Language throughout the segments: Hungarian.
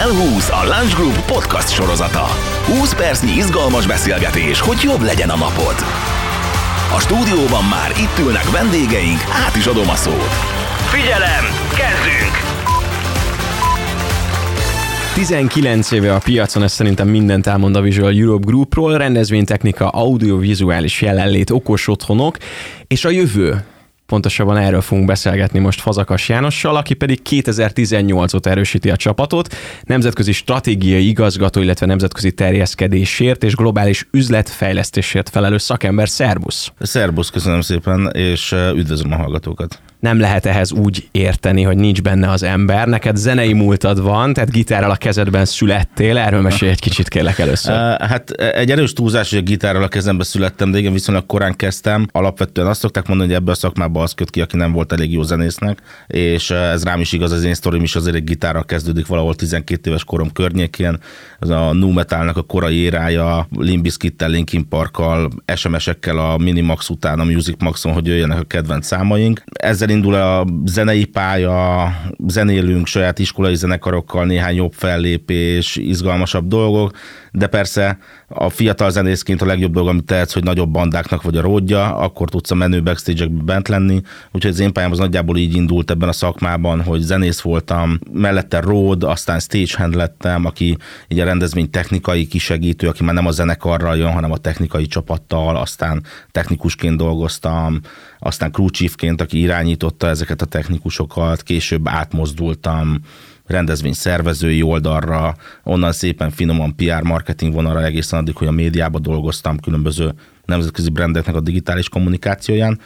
L20 a Lunch Group podcast sorozata. 20 percnyi izgalmas beszélgetés, hogy jobb legyen a napod. A stúdióban már itt ülnek vendégeink, át is adom a szót. Figyelem, kezdünk! 19 éve a piacon, ez szerintem mindent elmond a Visual Europe Groupról, rendezvénytechnika, audiovizuális jelenlét, okos otthonok, és a jövő. Pontosabban erről fogunk beszélgetni most Fazakas Jánossal, aki pedig 2018 óta erősíti a csapatot, nemzetközi stratégiai igazgató, illetve nemzetközi terjeszkedésért és globális üzletfejlesztésért felelős szakember. Szerbusz! Szerbusz, köszönöm szépen, és üdvözlöm a hallgatókat! Nem lehet ehhez úgy érteni, hogy nincs benne az ember. Neked zenei múltad van, tehát gitárral a kezedben születtél. Erről mesélj egy kicsit, kérlek először. Hát egy erős túlzás, hogy a gitárral a kezemben születtem, de igen, viszonylag korán kezdtem. Alapvetően azt szokták mondani, hogy ebből a szakmába az köt ki, aki nem volt elég jó zenésznek, és ez rám is igaz, az én sztorim is azért egy gitárral kezdődik valahol 12 éves korom környékén. Ez a nu metalnak a korai érája, Limp Bizkittel, Linkin Parkkal, SMS-ekkel a Minimax után a Music Maxon, hogy jöjjenek a kedvenc számaink. Ezzel indul a zenei pálya, zenélünk saját iskolai zenekarokkal, néhány jobb fellépés, izgalmasabb dolgok, de persze a fiatal zenészként a legjobb dolog, amit tehetsz, hogy nagyobb bandáknak vagy a ródja, akkor tudsz a menő backstage-ekben bent lenni, úgyhogy az én pályám az nagyjából így indult ebben a szakmában, hogy zenész voltam, mellette ród, aztán stagehand lettem, aki így a rendezvény technikai kisegítő, aki már nem a zenekarral jön, hanem a technikai csapattal, aztán technikusként dolgoztam, aztán crew chiefként, aki irányította ezeket a technikusokat, később átmozdultam rendezvény szervezői oldalra, onnan szépen finoman PR marketing vonalra egészen addig, hogy a médiában dolgoztam különböző nemzetközi brandeknek a digitális kommunikációján,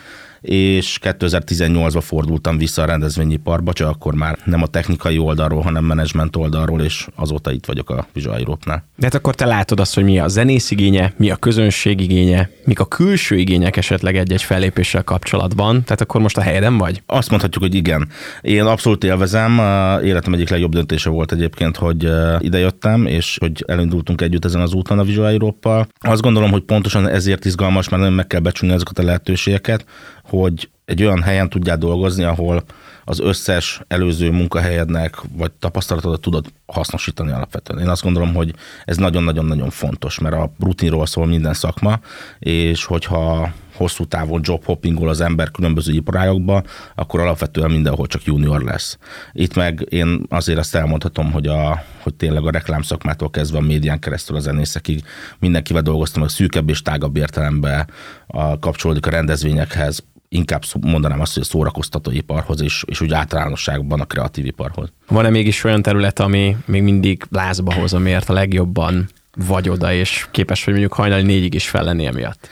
és 2018-ban fordultam vissza a rendezvényiparba, csak akkor már nem a technikai oldalról, hanem menedzsment oldalról, és azóta itt vagyok a Visual Europe-nál. De hát akkor te látod azt, hogy mi a zenész igénye, mi a közönség igénye, mik a külső igények esetleg egy-egy fellépéssel kapcsolatban, tehát akkor most a helyeden vagy? Azt mondhatjuk, hogy igen. Én abszolút élvezem, életem egyik legjobb döntése volt egyébként, hogy idejöttem, és hogy elindultunk együtt ezen az úton a Visual Europe-pal. Azt gondolom, hogy pontosan ezért izgalmas, mert nem meg kell becsülni ezeket a lehetőségeket, hogy egy olyan helyen tudjál dolgozni, ahol az összes előző munkahelyednek vagy tapasztalatodat tudod hasznosítani alapvetően. Én azt gondolom, hogy ez nagyon-nagyon-nagyon fontos, mert a rutinról szól minden szakma, és hogyha hosszú távon jobhoppingol az ember különböző iparágokba, akkor alapvetően mindenhol csak junior lesz. Itt meg én azért azt elmondhatom, hogy tényleg a reklámszakmától kezdve a médián keresztül a zenészekig mindenkivel dolgoztam, hogy szűkebb és tágabb értelemben kapcsolódik a rendezvényekhez, inkább mondanám azt, hogy a szórakoztatóiparhoz és úgy általánosságban a kreatív iparhoz. Van-e mégis olyan terület, ami még mindig lázba hoz, amiért a legjobban vagy oda, és képes, hogy mondjuk hajnali 4-ig is fel lenni emiatt?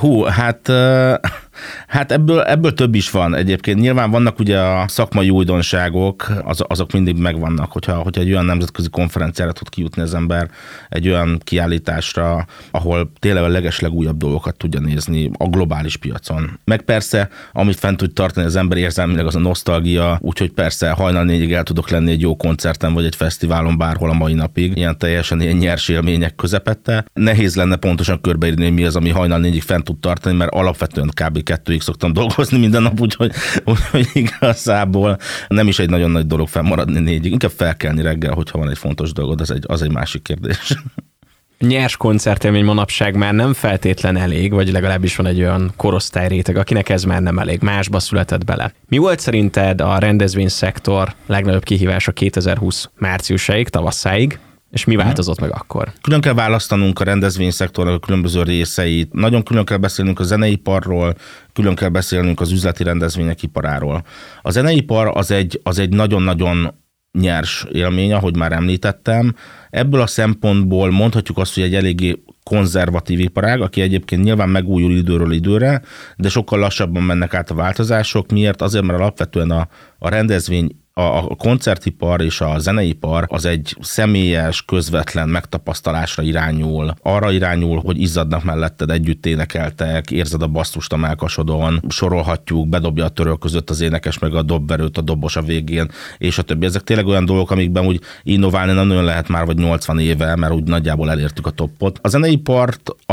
Hát ebből több is van egyébként. Nyilván vannak ugye a szakmai újdonságok, azok mindig megvannak, hogyha egy olyan nemzetközi konferenciára tud kijutni az ember, egy olyan kiállításra, ahol tényleg a legeslegújabb dolgokat tudja nézni a globális piacon. Meg persze, amit fent tud tartani az ember érzelmileg, az a nosztalgia, úgyhogy persze hajnal 4-ig el tudok lenni egy jó koncerten, vagy egy fesztiválon bárhol a mai napig, ilyen teljesen ilyen nyers élmények közepette. Nehéz lenne pontosan körbeírni, hogy mi az, ami hajnal 4-ig fent tud tartani, mert alapvetően kb. 2-ig szoktam dolgozni minden nap, úgyhogy igazából nem is egy nagyon nagy dolog fennmaradni 4-ig. Inkább felkelni reggel, hogyha van egy fontos dolgod, az egy másik kérdés. Nyers koncertélmény manapság már nem feltétlen elég, vagy legalábbis van egy olyan korosztályréteg, akinek ez már nem elég, másba született bele. Mi volt szerinted a rendezvényszektor legnagyobb kihívása 2020 márciusáig, tavasszáig? És mi változott meg akkor? Külön kell választanunk a rendezvényszektornak a különböző részeit. Nagyon külön kell beszélnünk a zeneiparról, külön kell beszélnünk az üzleti rendezvények iparáról. A zeneipar az egy nagyon-nagyon nyers élmény, ahogy már említettem. Ebből a szempontból mondhatjuk azt, hogy egy eléggé konzervatív iparág, aki egyébként nyilván megújul időről időre, de sokkal lassabban mennek át a változások. Miért? Azért, mert alapvetően a rendezvény, a koncertipar és a zeneipar az egy személyes, közvetlen megtapasztalásra irányul. Arra irányul, hogy izzadnak melletted, együtt énekeltek, érzed a basszust a mellkasodon, sorolhatjuk, bedobja a török között az énekes meg a dobverőt a dobos a végén, és a többi. Ezek tényleg olyan dolgok, amikben úgy innoválni nem nagyon lehet már vagy 80 éve, mert úgy nagyjából elértük a toppot. A zeneipart azt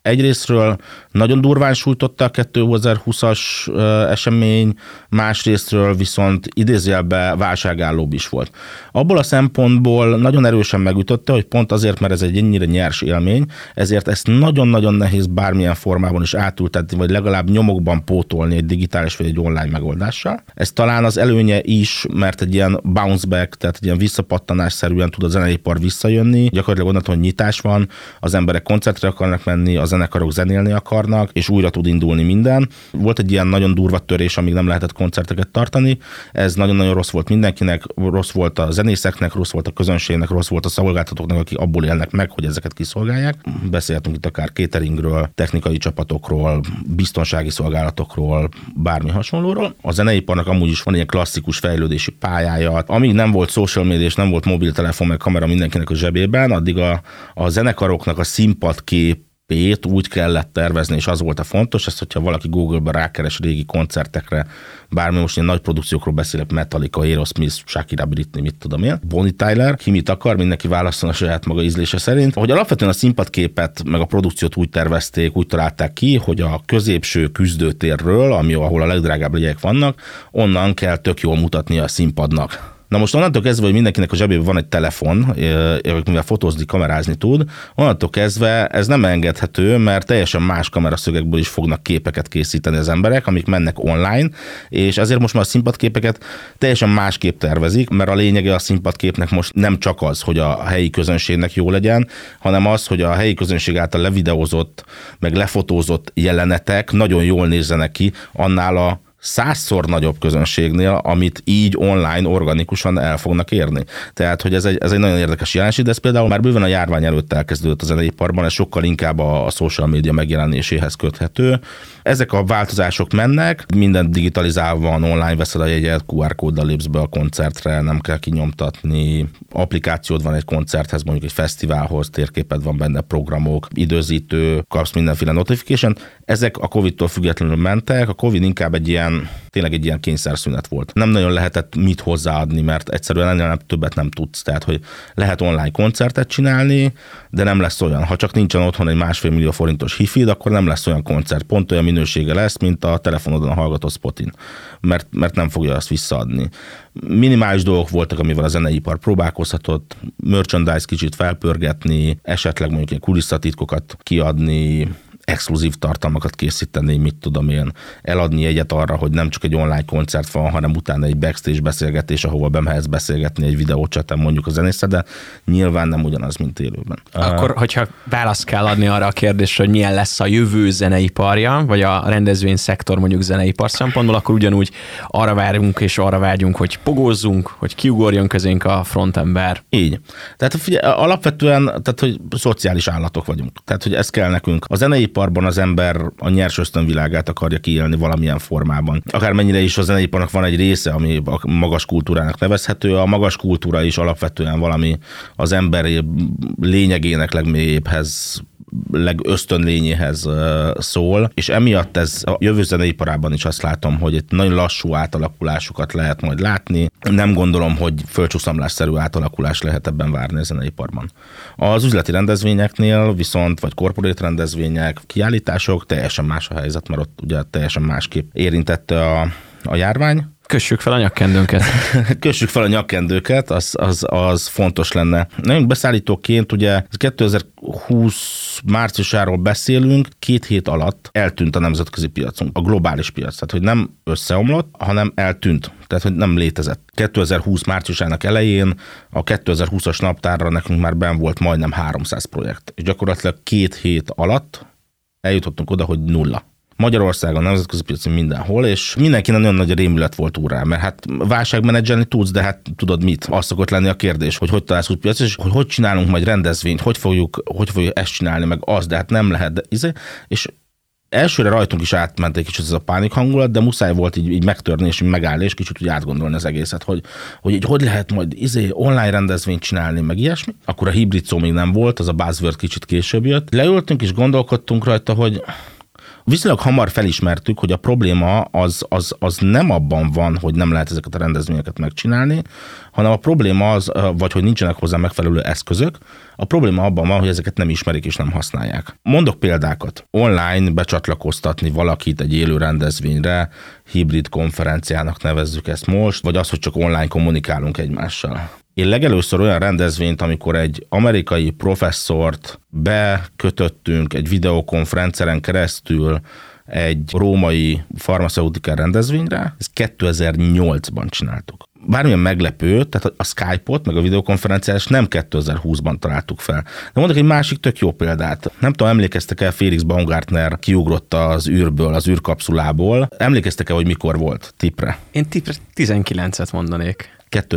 egyrésztről nagyon durván sújtotta a 2020-as esemény, másrésztről viszont idézőjelben válságállóbb is volt. Abból a szempontból nagyon erősen megütötte, hogy pont azért, mert ez egy ennyire nyers élmény, ezért ezt nagyon-nagyon nehéz bármilyen formában is átültetni, vagy legalább nyomokban pótolni egy digitális vagy egy online megoldással. Ez talán az előnye is, mert egy ilyen bounce back, tehát egy ilyen visszapattanásszerűen tud a zeneipar visszajönni. Gyakorlatilag onnantól, hogy nyitás van, az emberek koncertre akarnak menni, a zenekarok zenélni akarnak, és újra tud indulni minden. Volt egy ilyen nagyon durva törés, amíg nem lehetett koncerteket tartani. Ez nagyon-nagyon rossz volt mindenkinek, rossz volt a zenészeknek, rossz volt a közönségnek, rossz volt a szolgáltatóknak, akik abból élnek meg, hogy ezeket kiszolgálják. Beszéltünk itt akár cateringről, technikai csapatokról, biztonsági szolgálatokról, bármi hasonlóról. A zeneiparnak amúgy is van ilyen klasszikus fejlődési pályája. Amíg nem volt social media és nem volt mobiltelefon meg kamera mindenkinek a zsebében, addig a zenekaroknak a színpadkép úgy kellett tervezni, és az volt a fontos, ezt, hogyha valaki Google-ben rákeres régi koncertekre, bármi most ilyen nagy produkciókról beszélek, Metallica, Aerosmith, Shakira, Britney, mit tudom én, Bonnie Tyler, ki mit akar, mindenki válasszon a saját maga ízlése szerint. Hogy alapvetően a színpadképet, meg a produkciót úgy tervezték, úgy találták ki, hogy a középső küzdőtérről, ahol a legdrágább jegyek vannak, onnan kell tök jól mutatni a színpadnak. Na most onnantól kezdve, hogy mindenkinek a zsebében van egy telefon, mivel fotózni, kamerázni tud, onnantól kezdve ez nem engedhető, mert teljesen más kameraszögekből is fognak képeket készíteni az emberek, amik mennek online, és ezért most már a színpadképeket teljesen másképp tervezik, mert a lényege a színpadképnek most nem csak az, hogy a helyi közönségnek jó legyen, hanem az, hogy a helyi közönség által levideózott, meg lefotózott jelenetek nagyon jól nézzenek ki annál a 100-szor nagyobb közönségnél, amit így online organikusan el fognak érni. Tehát, hogy ez egy nagyon érdekes jelenség, de ez például már bőven a járvány előtt elkezdődött a zeneiparban, ez sokkal inkább a social media megjelenéséhez köthető. Ezek a változások mennek, minden digitalizálva van, online veszed a jegyet, QR kóddal lépsz be a koncertre, nem kell kinyomtatni, applikációd van egy koncerthez, mondjuk egy fesztiválhoz, térképed van benne, programok, időzítő, kapsz mindenféle notification. Ezek a Covid-tól függetlenül mentek, a Covid inkább tényleg egy ilyen kényszerszünet volt. Nem nagyon lehetett mit hozzáadni, mert egyszerűen ennél többet nem tudsz. Tehát, hogy lehet online koncertet csinálni, de nem lesz olyan. Ha csak nincsen otthon egy 1,5 millió forintos hifid, akkor nem lesz olyan koncert. Pont olyan minősége lesz, mint a telefonodon hallgató Spotin, mert nem fogja azt visszaadni. Minimális dolgok voltak, amivel a zeneipar próbálkozhatott, merchandise kicsit felpörgetni, esetleg mondjuk ilyen kulisszatitkokat kiadni, exkluzív tartalmakat készíteni, mit tudom én, eladni egyet arra, hogy nem csak egy online koncert van, hanem utána egy backstage beszélgetés, ahova bemehetsz beszélgetni egy videócsaten mondjuk a zenésszel, de nyilván nem ugyanaz, mint élőben. Akkor, hogyha választ kell adni arra a kérdésre, hogy milyen lesz a jövő zeneiparja, vagy a rendezvényszektor mondjuk zeneipar szempontból, akkor ugyanúgy arra várunk és arra vágyunk, hogy pogózzunk, hogy kiugorjon közénk a frontember. Így. Tehát figyelj, alapvetően, tehát, hogy szociális állatok vagyunk. Tehát, hogy ez kell nekünk. A zeneiparban az ember a nyers ösztönvilágát akarja kiélni valamilyen formában. Akármennyire is a zeneiparnak van egy része, ami a magas kultúrának nevezhető, a magas kultúra is alapvetően valami az ember lényegének legmélyébbhez, legösztönlényéhez szól, és emiatt ez a jövő zeneiparában is azt látom, hogy itt nagyon lassú átalakulásokat lehet majd látni. Nem gondolom, hogy földcsúszamlásszerű átalakulás lehet ebben várni a zeneiparban. Az üzleti rendezvényeknél viszont, vagy korporát rendezvények, kiállítások, teljesen más a helyzet, mert ott ugye teljesen másképp érintette a járvány. Kössük fel a nyakkendőnket. Kössük fel a nyakkendőket, az fontos lenne. Nagyon beszállítóként ugye 2020 márciusáról beszélünk, 2 hét alatt eltűnt a nemzetközi piacunk, a globális piac. Tehát, hogy nem összeomlott, hanem eltűnt. Tehát, hogy nem létezett. 2020 márciusának elején a 2020-as naptárra nekünk már benn volt majdnem 300 projekt. És gyakorlatilag 2 hét alatt eljutottunk oda, hogy 0. Magyarországon, nemzetközi piacon mindenhol, és mindenkinek nagyon nagy rémület volt rá, mert hát válságmenedzselni tudsz, de hát tudod mit? Az szokott lenni a kérdés, hogy találsz úgy piacot, és hogy csinálunk majd rendezvényt, hogy fogjuk ezt csinálni, meg az, de hát nem lehet. De, és elsőre rajtunk is átment egy kicsit ez a pánik hangulat, de muszáj volt így megtörni és megállni, és kicsit úgy átgondolni az egészet, hogy lehet majd online rendezvényt csinálni, meg ilyesmi. Akkor a hibrid szó még nem volt, az a buzzword kicsit később jött. Leültünk és gondolkodtunk rajta, hogy Viszonylag hamar felismertük, hogy a probléma az nem abban van, hogy nem lehet ezeket a rendezvényeket megcsinálni, hanem a probléma az, vagy hogy nincsenek hozzá megfelelő eszközök, a probléma abban van, hogy ezeket nem ismerik és nem használják. Mondok példákat. Online becsatlakoztatni valakit egy élő rendezvényre, hibrid konferenciának nevezzük ezt most, vagy az, hogy csak online kommunikálunk egymással. Én legelőször olyan rendezvényt, amikor egy amerikai professzort bekötöttünk egy videokonferencián keresztül egy római farmaceutika rendezvényre, ezt 2008-ban csináltuk. Bármilyen meglepő, tehát a Skype-ot, meg a videokonferenciás nem 2020-ban találtuk fel. De mondok egy másik tök jó példát. Nem tudom, emlékeztek el, Felix Baumgartner kiugrott az űrből, az űrkapszulából. Emlékeztek el, hogy mikor volt tippre? Én tippre 19-et mondanék.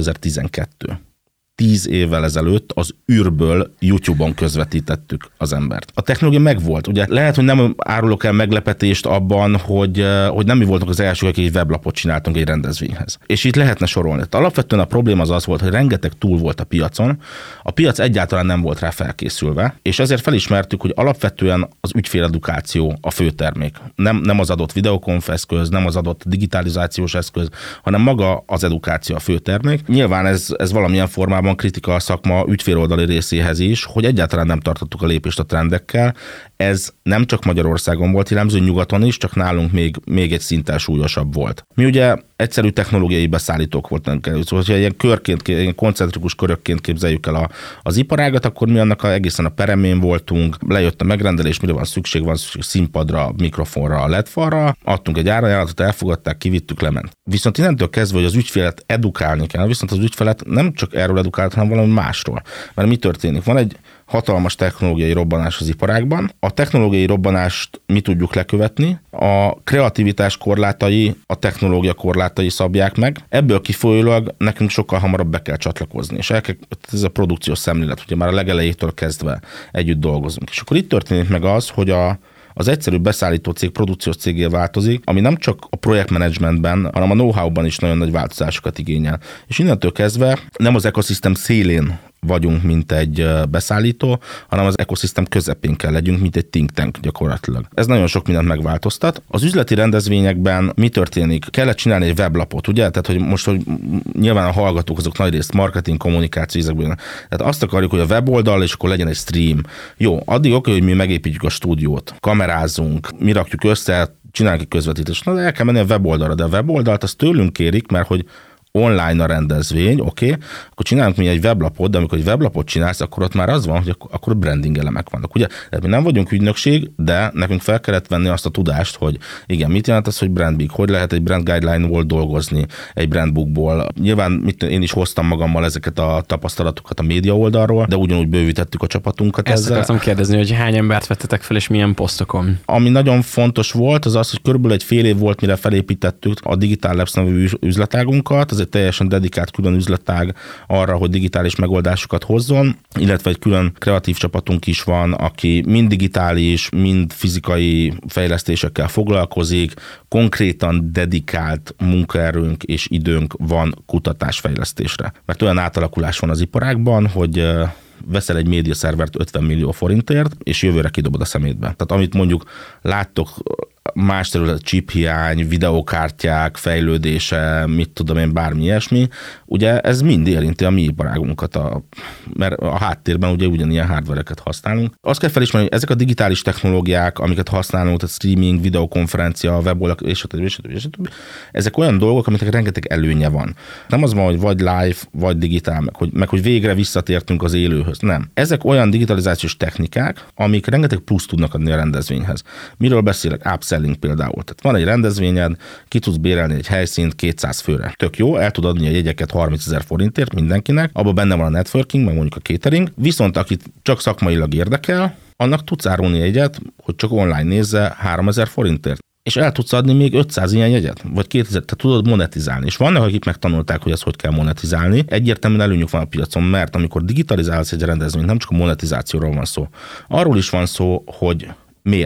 2012. 10 évvel ezelőtt az űrből YouTube-on közvetítettük az embert. A technológia megvolt. Ugye lehet, hogy nem árulok el meglepetést abban, hogy nem mi voltunk az elsők, akik egy weblapot csináltunk egy rendezvényhez. És itt lehetne sorolni. Alapvetően a probléma az volt, hogy rengeteg túl volt a piacon, a piac egyáltalán nem volt rá felkészülve, és ezért felismertük, hogy alapvetően az ügyféledukáció a fő termék. Nem az adott videokonf eszköz, nem az adott digitalizációs eszköz, hanem maga az edukáció a fő termék. Nyilván ez valamilyen formában kritika a szakma ügyféloldali részéhez is, hogy egyáltalán nem tartottuk a lépést a trendekkel. Ez nem csak Magyarországon volt jellemző, nyugaton is, csak nálunk még egy szinten súlyosabb volt. Mi ugye egyszerű technológiai beszállítók voltunk előtt. Szóval, hogyha ilyen koncentrikus körökként képzeljük el az iparágat, akkor mi annak egészen a peremén voltunk, lejött a megrendelés, mire van szükség színpadra, mikrofonra, LED-falra, adtunk egy árajánlatot, elfogadták, kivittük, lement. Viszont innentől kezdve, hogy az ügyfelet edukálni kell, viszont az ügyfelet nem csak erről edukálni, hanem valami másról. Mert mi történik? Van egy hatalmas technológiai robbanás az iparágban. A technológiai robbanást mi tudjuk lekövetni, a kreativitás korlátai, a technológia korlátai szabják meg. Ebből kifolyólag nekünk sokkal hamarabb be kell csatlakozni, és ez a produkciós szemlélet, ugye már a legelejétől kezdve együtt dolgozunk. És akkor itt történik meg az, hogy az egyszerű beszállító cég produkciós cégé változik, ami nem csak a projektmenedzsmentben, hanem a know-how-ban is nagyon nagy változásokat igényel. És innentől kezdve nem az ekoszisztém szélén vagyunk, mint egy beszállító, hanem az ekoszisztém közepén kell legyünk, mint egy think tank gyakorlatilag. Ez nagyon sok mindent megváltoztat. Az üzleti rendezvényekben mi történik? Kellett csinálni egy weblapot, ugye? Tehát, hogy nyilván a hallgatók azok nagyrészt marketing, kommunikáció ízekből. Tehát azt akarjuk, hogy a weboldal, és akkor legyen egy stream. Jó, addig oké, hogy mi megépítjük a stúdiót, kamerázunk, mi rakjuk össze, csináljuk egy közvetítést. Na, de el kell menni a weboldalra, de a weboldalt azt tőlünk kérik, mert hogy online a rendezvény, oké, akkor csinálunk mi egy weblapot, de amikor egy weblapot csinálsz, akkor ott már az van, hogy akkor branding elemek vannak. Ugye? Tehát mi nem vagyunk ügynökség, de nekünk fel kellett venni azt a tudást, hogy igen, mit jelent az, hogy brandbig, hogy lehet egy brand guideline-ból dolgozni, egy brandbookból. Nyilván én is hoztam magammal ezeket a tapasztalatokat a média oldalról, de ugyanúgy bővítettük a csapatunkat ezzel. Ezt akartam kérdezni, hogy hány embert vettetek fel, és milyen posztokon? Ami nagyon fontos volt, az az, hogy körülbelül egy fél év volt, mire felépítettük a Digital Labs nevű üzletágunkat. Egy teljesen dedikált külön üzletág arra, hogy digitális megoldásokat hozzon, illetve egy külön kreatív csapatunk is van, aki mind digitális, mind fizikai fejlesztésekkel foglalkozik, konkrétan dedikált munkaerőnk és időnk van kutatásfejlesztésre. Mert olyan átalakulás van az iparágban, hogy veszel egy médiaszervert 50 millió forintért, és jövőre kidobod a szemétbe. Tehát amit mondjuk láttok más terület, chip hiány, videokártyák fejlődése, mit tudom én, bármi ilyesmi, ugye ez mind érinti a mi iparágunkat, mert a háttérben ugye ugyanilyen hardvereket használunk. Azt kell felismerni, hogy ezek a digitális technológiák, amiket használunk, tehát streaming, videokonferencia, weboldalak, és a többi, ezek olyan dolgok, amiknek rengeteg előnye van. Nem az van, hogy vagy live, vagy digitál, meg hogy végre visszatértünk az élőhöz. Nem. Ezek olyan digitalizációs technikák, amik rengeteg plusz tudnak adni a rendezvényhez. Miről beszélek? Upselling például. Tehát van egy rendezvényed, ki tudsz bérelni egy helyszínt 200 főre. Tök jó, el tud adni a jegyeket 30 000 forintért mindenkinek, abban benne van a networking, meg mondjuk a catering, viszont akit csak szakmailag érdekel, annak tudsz árulni jegyet, hogy csak online nézze 3000 forintért. És el tudsz adni még 500 ilyen jegyet, vagy 2000, tehát tudod monetizálni. És vannak, akik megtanulták, hogy ezt hogy kell monetizálni. Egyértelműen előnyük van a piacon, mert amikor digitalizálsz egy rendezvényt, nem csak a monetizációról van szó. Arról is van szó, hogy mérsz.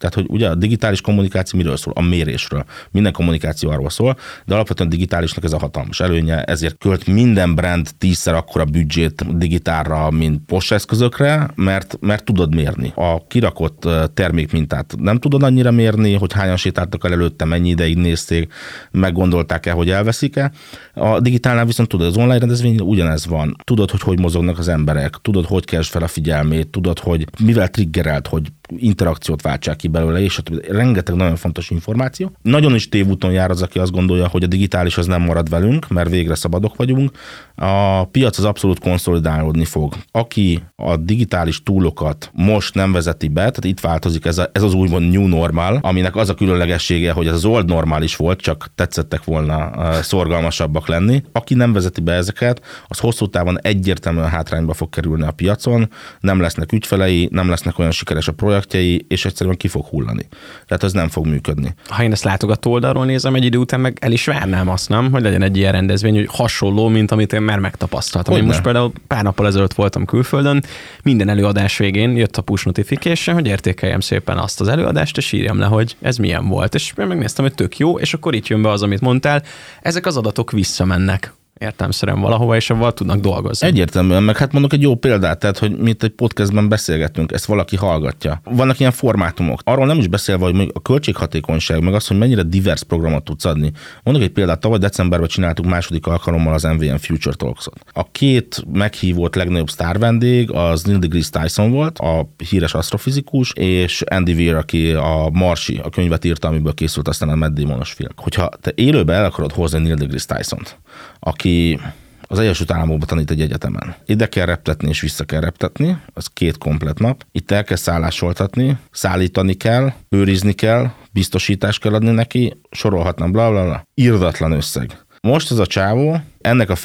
Tehát, hogy ugye a digitális kommunikáció miről szól? A mérésről. Minden kommunikáció arról szól, de alapvetően digitálisnak ez a hatalmas előnye, ezért költ minden brand 10-szer akkora büdzsét digitálra, mint posteszközökre, mert tudod mérni. A kirakott termékmintát nem tudod annyira mérni, hogy hányan sétáltak el előtte, mennyi ideig nézték, meggondolták-e, hogy elveszik-e. A digitálnál viszont tudod, az online rendezvény ugyanez van. Tudod, hogy mozognak az emberek, tudod, hogy keresd fel a figyelmét, tudod, hogy mivel triggerelt, hogy interakciót váltsák ki belőle, és rengeteg nagyon fontos információ. Nagyon is tévúton jár az, aki azt gondolja, hogy a digitális az nem marad velünk, mert végre szabadok vagyunk. A piac az abszolút konszolidálódni fog. Aki a digitális túlokat most nem vezeti be, tehát itt változik ez az úgymond new normal, aminek az a különlegessége, hogy ez az old normal is volt, csak tetszettek volna szorgalmasabbak lenni. Aki nem vezeti be ezeket, az hosszú távon egyértelműen hátrányba fog kerülni a piacon, nem lesznek ügyfelei, nem lesznek olyan sikeres a projektjei, és egyszerűen ki fog hullani. Tehát ez nem fog működni. Ha én ezt látogató oldalról nézem, egy idő után meg el is várnám azt, nem, hogy legyen egy ilyen rendezvény, hogy hasonló, mint amit én már megtapasztaltam. Én most például pár nappal ezelőtt voltam külföldön, minden előadás végén jött a push notification, hogy értékeljem szépen azt az előadást, és írjam le, hogy ez milyen volt. És én megnéztem, hogy tök jó, és akkor itt jön be az, amit mondtál, ezek az adatok visszamennek értelemszerűen valahova, és avval tudnak dolgozni. Egyértelműen, meg hát mondok egy jó példát, tehát, hogy mi itt egy podcastben beszélgetünk, ezt valaki hallgatja. Vannak ilyen formátumok. Arról nem is beszélve, hogy a költséghatékonyság, meg az, hogy mennyire divers programot tudsz adni. Mondok egy példát, tavaly decemberben csináltuk második alkalommal az MVM Future Talks-ot. A két meghívott legnagyobb sztárvendég az Neil deGrasse Tyson volt, a híres asztrofizikus, és Andy Weir, aki a Marsi, a könyvet írta, amiből készült aztán a Matt Damon-os film. Hogyha te élőbe el akarod hozni Neil deGrasse Tyson-t, aki az Egyesült Államokban tanít egy egyetemen. Ide kell reptetni és vissza kell reptetni, az 2 komplet nap. Itt el kell szállásoltatni, szállítani kell, őrizni kell, biztosítást kell adni neki, sorolhatnám, blablabla. Irdatlan összeg. Most ez a csávó, ennek a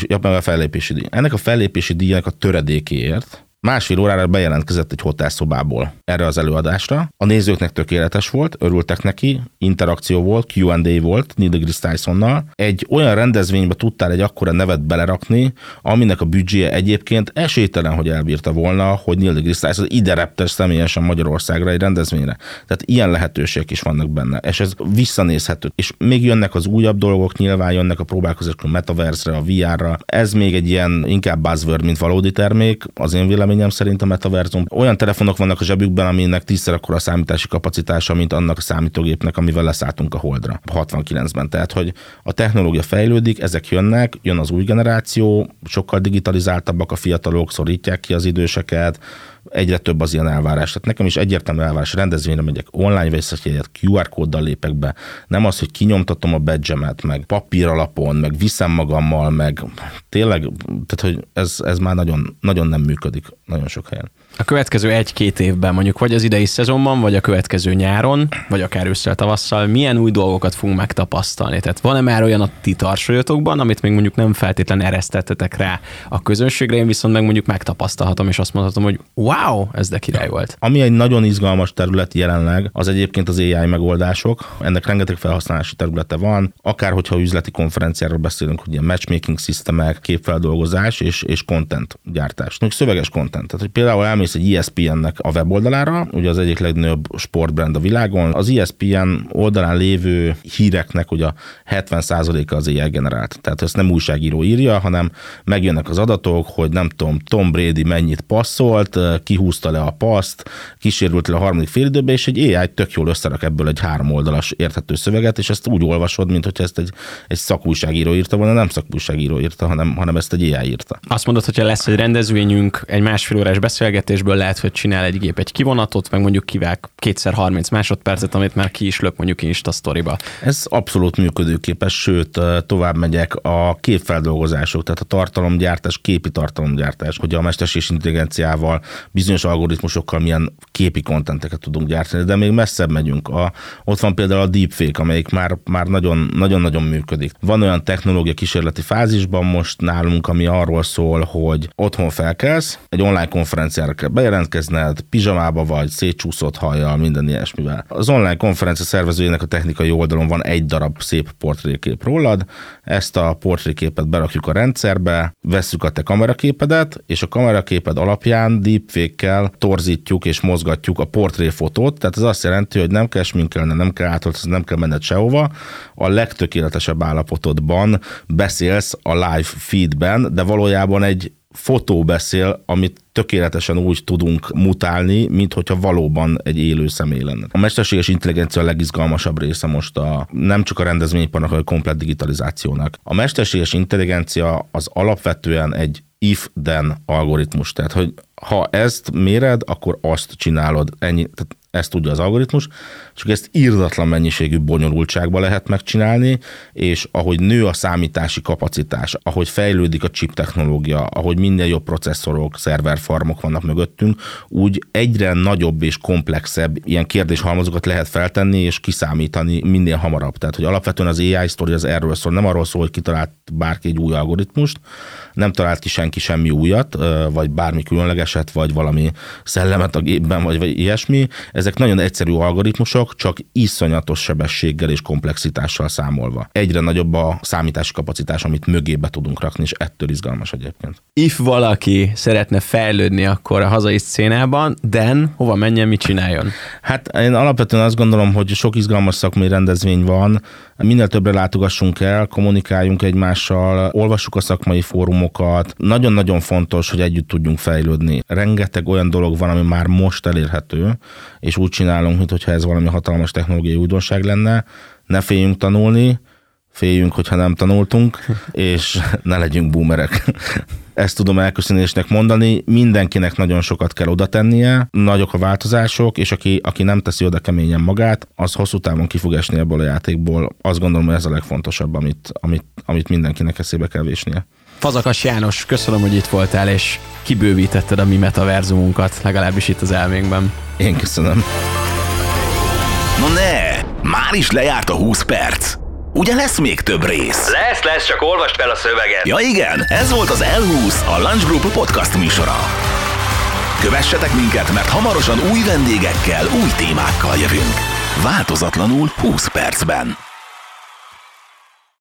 fellépési díjnak a töredékéért 1,5 órára bejelentkezett egy hotelszobából erre az előadásra. A nézőknek tökéletes volt, örültek neki, interakció volt, Q&A volt Neil deGrasse Tysonnal. Egy olyan rendezvénybe tudtál egy akkora nevet belerakni, aminek a büdzséje egyébként esélytelen, hogy elbírta volna, hogy Neil deGrasse Tyson ide reptes személyesen Magyarországra egy rendezvényre. Tehát ilyen lehetőségek is vannak benne, és ez visszanézhető. És még jönnek az újabb dolgok, nyilván jönnek a próbálkozások a Metaverse-re, a VR-ra. Ez még egy ilyen inkább buzzword, mint valódi termék, az én véleményem szerint a metaverzum. Olyan telefonok vannak a zsebükben, aminek 10-szer akkora a számítási kapacitása, mint annak a számítógépnek, amivel leszálltunk a Holdra 69-ben. Tehát, hogy a technológia fejlődik, ezek jönnek, jön az új generáció, sokkal digitalizáltabbak a fiatalok, szorítják ki az időseket, egyre több az ilyen elvárás. Tehát nekem is egyértelmű elvárás, rendezvényre megyek, online veszek egyet, QR kóddal lépek be. Nem az, hogy kinyomtatom a badge-emet, meg papír alapon, meg viszem magammal, meg tényleg, tehát hogy ez már nagyon, nagyon nem működik nagyon sok helyen. A következő 1-2 évben, mondjuk vagy az idei szezonban, vagy a következő nyáron, vagy akár ősszel, tavasszal, milyen új dolgokat fogunk megtapasztalni? Tehát van-e már olyan a ti tarsolyotokban, amit még mondjuk nem feltétlen eresztettetek rá a közönségre, én viszont meg mondjuk megtapasztalhatom, és azt mondhatom, hogy wow, ez de király volt. Ami egy nagyon izgalmas terület jelenleg, az egyébként az AI megoldások. Ennek rengeteg felhasználási területe van, akár hogyha üzleti konferenciáról beszélünk, hogy ilyen matchmaking szisztemek, képfeldolgozás és content gyártás. Még szöveges content. Tehát, hogy például elmész egy ESPN-nek a weboldalára, ugye az egyik legnagyobb sportbrand a világon, az ESPN oldalán lévő híreknek ugye a 70%-a az AI generált. Tehát ezt nem újságíró írja, hanem megjönnek az adatok, hogy nem tudom, Tom Brady mennyit passzolt, kihúzta le a paszt, kísérült le a harmadik félidőbe, és egy AI tök jól összerak ebből egy 3 oldalas érthető szöveget, és ezt úgy olvasod, mint hogyha ezt egy szakújságíró írta volna, nem szakújságíró írta, hanem ezt egy AI írta. Azt mondod, hogyha lesz egy rendezvényünk, egy 1,5 órás beszélgetésből lehet, hogy csinál egy gép egy kivonatot, meg mondjuk kivág 2x30 másodpercet, amit már ki is lök mondjuk Insta sztoriba. Ez abszolút működőképes, sőt, tovább megyek a képfeldolgozások, tehát a tartalomgyártás, képi tartalomgyártás, hogy a mesterséges intelligenciával, bizonyos algoritmusokkal milyen képi kontenteket tudunk gyártani, de még messzebb megyünk. Ott van például a deepfake, amelyik már nagyon-nagyon működik. Van olyan technológia kísérleti fázisban most nálunk, ami arról szól, hogy otthon felkelsz, egy online konferenciára kell bejelentkezned, pizsamába vagy, szétcsúszott hajjal, minden ilyesmivel. Az online konferencia szervezőjének a technikai oldalon van egy darab szép portrékép rólad, ezt a portréképet berakjuk a rendszerbe, vesszük a te kameraképedet, és a kameraképed alapján deepfake-kel torzítjuk és mozgatjuk a portréfotót, tehát ez azt jelenti, hogy nem kell sminkelni, nem kell átöltözni, nem kell menned sehova, a legtökéletesebb állapotodban beszélsz a live feedben, de valójában egy fotó beszél, amit tökéletesen úgy tudunk mutálni, mint hogyha valóban egy élő személy lenne. A mesterséges intelligencia a legizgalmasabb része most nem csak a rendezvényiparnak, hanem a komplett digitalizációnak. A mesterséges intelligencia az alapvetően egy if-then algoritmus, tehát hogy ha ezt méred, akkor azt csinálod. Ennyi, tehát ezt tudja az algoritmus, csak ezt irdatlan mennyiségű bonyolultságba lehet megcsinálni, és ahogy nő a számítási kapacitás, ahogy fejlődik a chip technológia, ahogy minél jobb processzorok, szerverfarmok vannak mögöttünk, úgy egyre nagyobb és komplexebb ilyen kérdéshalmazokat lehet feltenni és kiszámítani minél hamarabb. Tehát, hogy alapvetően az AI sztori az erről szól, nem arról szól, hogy kitalált bárki egy új algoritmust, nem talált ki senki semmi újat, vagy bármi különlegeset, vagy valami szellemet a gépben, vagy ilyesmi. Ezek nagyon egyszerű algoritmusok, csak iszonyatos sebességgel és komplexitással számolva. Egyre nagyobb a számítási kapacitás, amit mögébe tudunk rakni, és ettől izgalmas egyébként. If valaki szeretne fejlődni akkor a hazai szcénában, Dan, hova menjen, mit csináljon? Hát én alapvetően azt gondolom, hogy sok izgalmas szakmai rendezvény van, minél többre látogassunk el, kommunikáljunk egymással, olvassuk a szakmai fórumokat. Nagyon-nagyon fontos, hogy együtt tudjunk fejlődni. Rengeteg olyan dolog van, ami már most elérhető, és úgy csinálunk, mintha ez valami hatalmas technológiai újdonság lenne. Ne féljünk tanulni, féljünk, hogyha nem tanultunk, és ne legyünk boomerek. Ezt tudom elköszönésnek mondani, mindenkinek nagyon sokat kell oda tennie, nagyok a változások, és aki nem teszi oda keményen magát, az hosszú távon ki fog esni ebből a játékból. Azt gondolom, hogy ez a legfontosabb, amit mindenkinek eszébe kell vésnie. Fazakas János, köszönöm, hogy itt voltál, és kibővítetted a mi metaverzumunkat, legalábbis itt az elménkben. Én köszönöm. No ne, már is lejárt a 20 perc. Ugye lesz még több rész? Lesz, csak olvasd fel a szöveget. Ja igen, ez volt az L20, a Lunch Group podcast műsora. Kövessetek minket, mert hamarosan új vendégekkel, új témákkal jövünk. Változatlanul 20 percben.